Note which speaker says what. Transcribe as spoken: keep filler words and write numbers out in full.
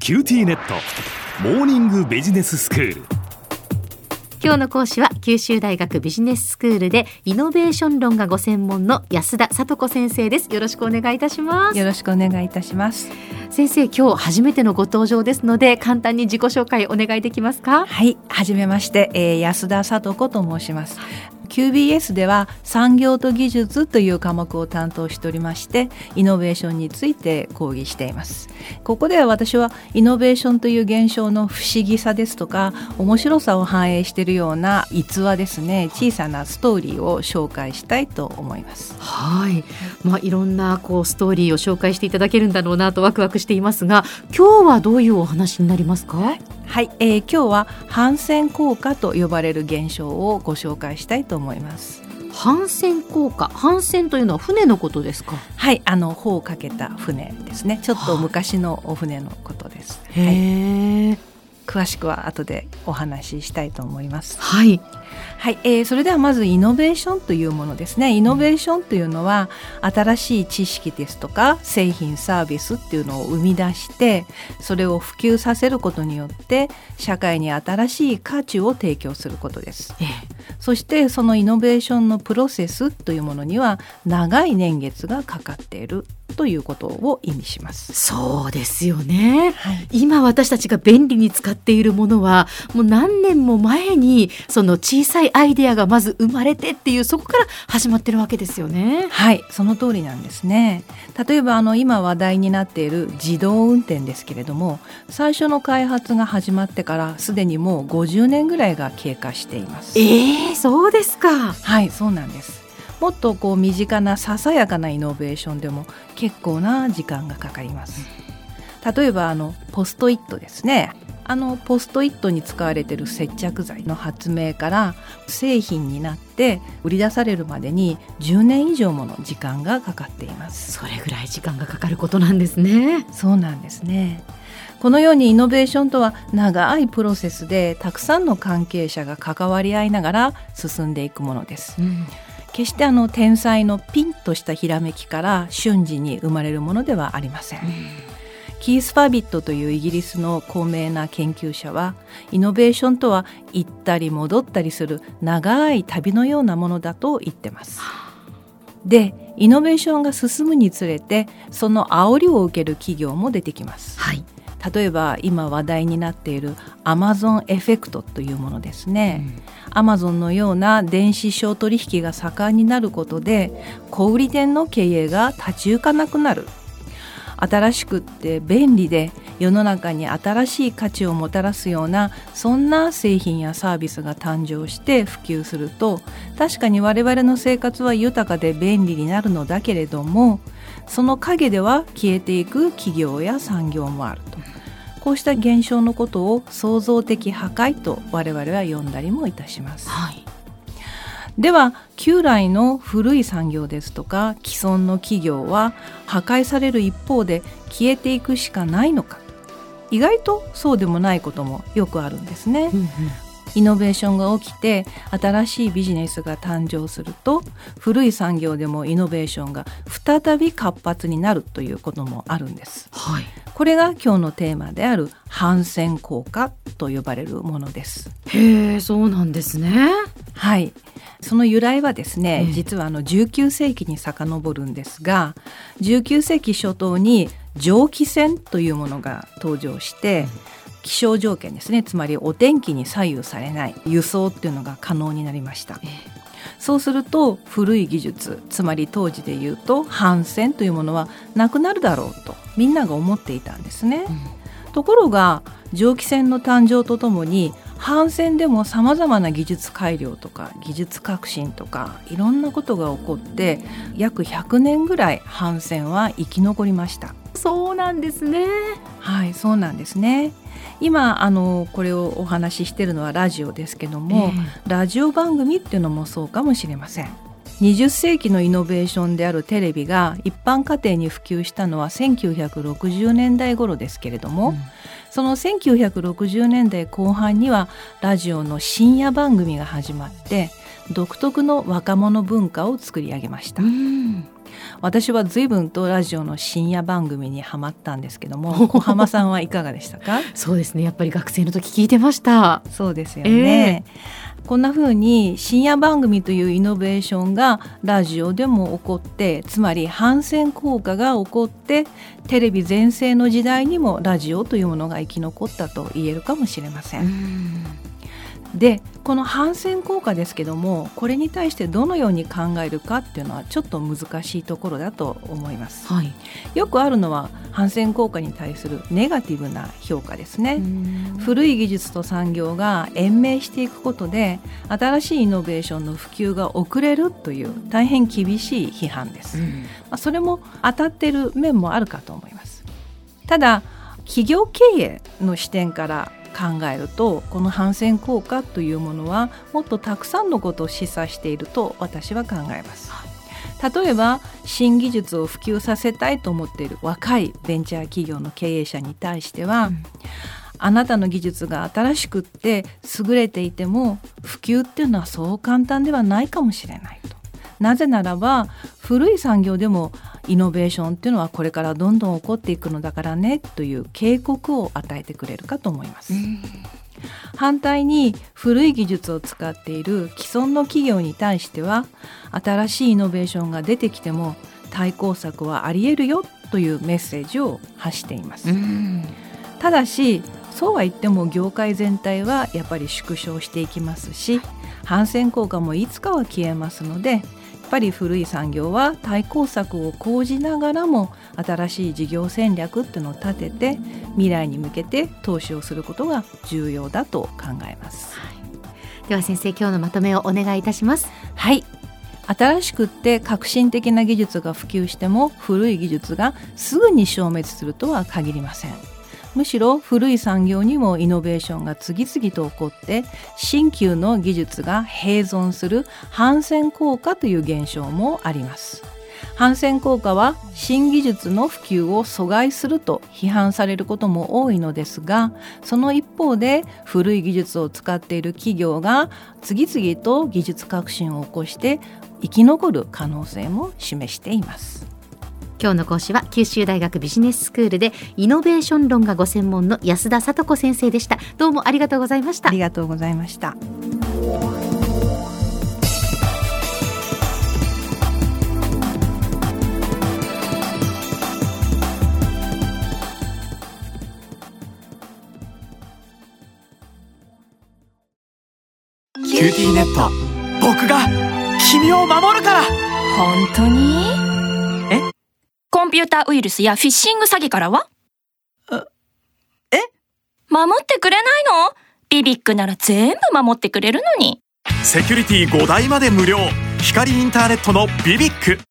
Speaker 1: キューティーネットモーニングビジネススクール。
Speaker 2: 今日の講師は九州大学ビジネススクールでイノベーション論がご専門の安田聡子先生です。よろしくお願いいたします。
Speaker 3: よろしくお願いいたします。
Speaker 2: 先生、今日初めてのご登場ですので簡単に自己紹介お願いできますか？
Speaker 3: はい、はじめまして、えー、安田聡子と申します。キュービーエス では産業と技術という科目を担当しておりまして、イノベーションについて講義しています。ここでは私はイノベーションという現象の不思議さですとか面白さを反映しているような逸話ですね、小さなストーリーを紹介したいと思います。
Speaker 2: はい、まあ、いろんなこうストーリーを紹介していただけるんだろうなとワクワクしていますが、今日はどういうお話になりますか？
Speaker 3: はい、えー、今日は帆船効果と呼ばれる現象をご紹介したいと思います。
Speaker 2: 帆船効果、帆船というのは船のことですか？
Speaker 3: はい、あの帆をかけた船ですね。ちょっと昔のお船のことです。
Speaker 2: へー、はい、
Speaker 3: 詳しくは後でお話ししたいと思います。
Speaker 2: はい、
Speaker 3: はい、えー、それではまずイノベーションというものですね。イノベーションというのは、うん、新しい知識ですとか製品サービスっていうのを生み出してそれを普及させることによって社会に新しい価値を提供することです。えー、そしてそのイノベーションのプロセスというものには長い年月がかかっているということを意味します。
Speaker 2: そうですよね、
Speaker 3: はい、
Speaker 2: 今私たちが便利に使っているものはもう何年も前にその小さいアイデアがまず生まれてっていう、そこから始まってるわけですよね。
Speaker 3: はい、その通りなんですね。例えばあの今話題になっている自動運転ですけれども、最初の開発が始まってからすでにもうごじゅうねんぐらいが経過しています。
Speaker 2: えー、そうですか。
Speaker 3: はい、そうなんです。もっとこう身近なささやかなイノベーションでも結構な時間がかかります。例えばあのポストイットですね。あのポストイットに使われている接着剤の発明から製品になって売り出されるまでにじゅうねん以上もの時間がかかっています。
Speaker 2: それぐらい時間がかかることなんですね。
Speaker 3: そうなんですね。このようにイノベーションとは長いプロセスでたくさんの関係者が関わり合いながら進んでいくものです。うん、決してあの天才のピンとしたひらめきから瞬時に生まれるものではありません。うん、キース・ファビットというイギリスの高名な研究者は、イノベーションとは行ったり戻ったりする長い旅のようなものだと言ってます。で、イノベーションが進むにつれてその煽りを受ける企業も出てきます。はい、例えば今話題になっているアマゾンエフェクトというものですね。アマゾンのような電子商取引が盛んになることで小売店の経営が立ち行かなくなる。新しくって便利で世の中に新しい価値をもたらすようなそんな製品やサービスが誕生して普及すると、確かに我々の生活は豊かで便利になるのだけれども、その陰では消えていく企業や産業もあると。こうした現象のことを創造的破壊と我々は呼んだりもいたします。はい、では旧来の古い産業ですとか既存の企業は破壊される一方で消えていくしかないのか。意外とそうでもないこともよくあるんですね。うんうん、イノベーションが起きて新しいビジネスが誕生すると、古い産業でもイノベーションが再び活発になるということもあるんです。はい、これが今日のテーマである帆船効果と呼ばれるものです。
Speaker 2: へー、そうなんですね。
Speaker 3: はい、その由来はですね、えー、実はあのじゅうきゅうせいきに遡るんですが、じゅうきゅうせいき初頭に蒸気船というものが登場して、うん、気象条件ですね、つまりお天気に左右されない輸送っていうのが可能になりました。えー、そうすると古い技術、つまり当時でいうと帆船というものはなくなるだろうとみんなが思っていたんですね。うん、ところが蒸気船の誕生とともに帆船でもさまざまな技術改良とか技術革新とかいろんなことが起こって約ひゃくねんぐらい帆船は生き残りました。
Speaker 2: そうなんですね。
Speaker 3: はい、そうなんですね。今あのこれをお話ししているのはラジオですけども、えー、ラジオ番組っていうのもそうかもしれません。にじゅっせいきのイノベーションであるテレビが一般家庭に普及したのはせんきゅうひゃくろくじゅうねんだい頃ですけれども、うん、そのせんきゅうひゃくろくじゅうねんだいこう半にはラジオの深夜番組が始まって独特の若者文化を作り上げました。うん、 私は随分とラジオの深夜番組にハマったんですけども、小浜さんはいかがでしたか？
Speaker 2: そうですね、やっぱり学生の時聞いてました。
Speaker 3: そうですよね、えー、こんな風に深夜番組というイノベーションがラジオでも起こって、つまり反戦効果が起こってテレビ全盛の時代にもラジオというものが生き残ったと言えるかもしれません。うんでこの反戦効果ですけども、これに対してどのように考えるかっていうのはちょっと難しいところだと思います、はい、よくあるのは反戦効果に対するネガティブな評価ですね。古い技術と産業が延命していくことで新しいイノベーションの普及が遅れるという大変厳しい批判です、うんまあ、それも当たっている面もあるかと思います。ただ企業経営の視点から考えると、この反戦効果というものはもっとたくさんのことを示唆していると私は考えます。例えば新技術を普及させたいと思っている若いベンチャー企業の経営者に対しては、うん、あなたの技術が新しくって優れていても普及っていうのはそう簡単ではないかもしれないと。なぜならば古い産業でもイノベーションっていうのはこれからどんどん起こっていくのだからねという警告を与えてくれるかと思います。反対に古い技術を使っている既存の企業に対しては、新しいイノベーションが出てきても対抗策はあり得るよというメッセージを発しています。ただしそうは言っても業界全体はやっぱり縮小していきますし、反戦効果もいつかは消えますので、やっぱり古い産業は対抗策を講じながらも新しい事業戦略っていうのを立てて未来に向けて投資をすることが重要だと考えます、はい、
Speaker 2: では先生、今日のまとめをお願いいたします。
Speaker 3: はい、新しくって革新的な技術が普及しても古い技術がすぐに消滅するとは限りません。むしろ古い産業にもイノベーションが次々と起こって新旧の技術が併存する反戦効果という現象もあります。反戦効果は新技術の普及を阻害すると批判されることも多いのですが、その一方で古い技術を使っている企業が次々と技術革新を起こして生き残る可能性も示しています。
Speaker 2: 今日の講師は九州大学ビジネススクールでイノベーション論がご専門の安田聡子先生でした。どうもありがとうございました。
Speaker 3: ありがとうございました。
Speaker 1: キューティーネット、僕が君を守るから。
Speaker 4: 本当に？え？コンピューターウイルスやフィッシング詐欺からは？
Speaker 1: え？
Speaker 4: 守ってくれないの？ビビックなら全部守ってくれるのに。
Speaker 1: セキュリティごだいまで無料。光インターネットのビビック。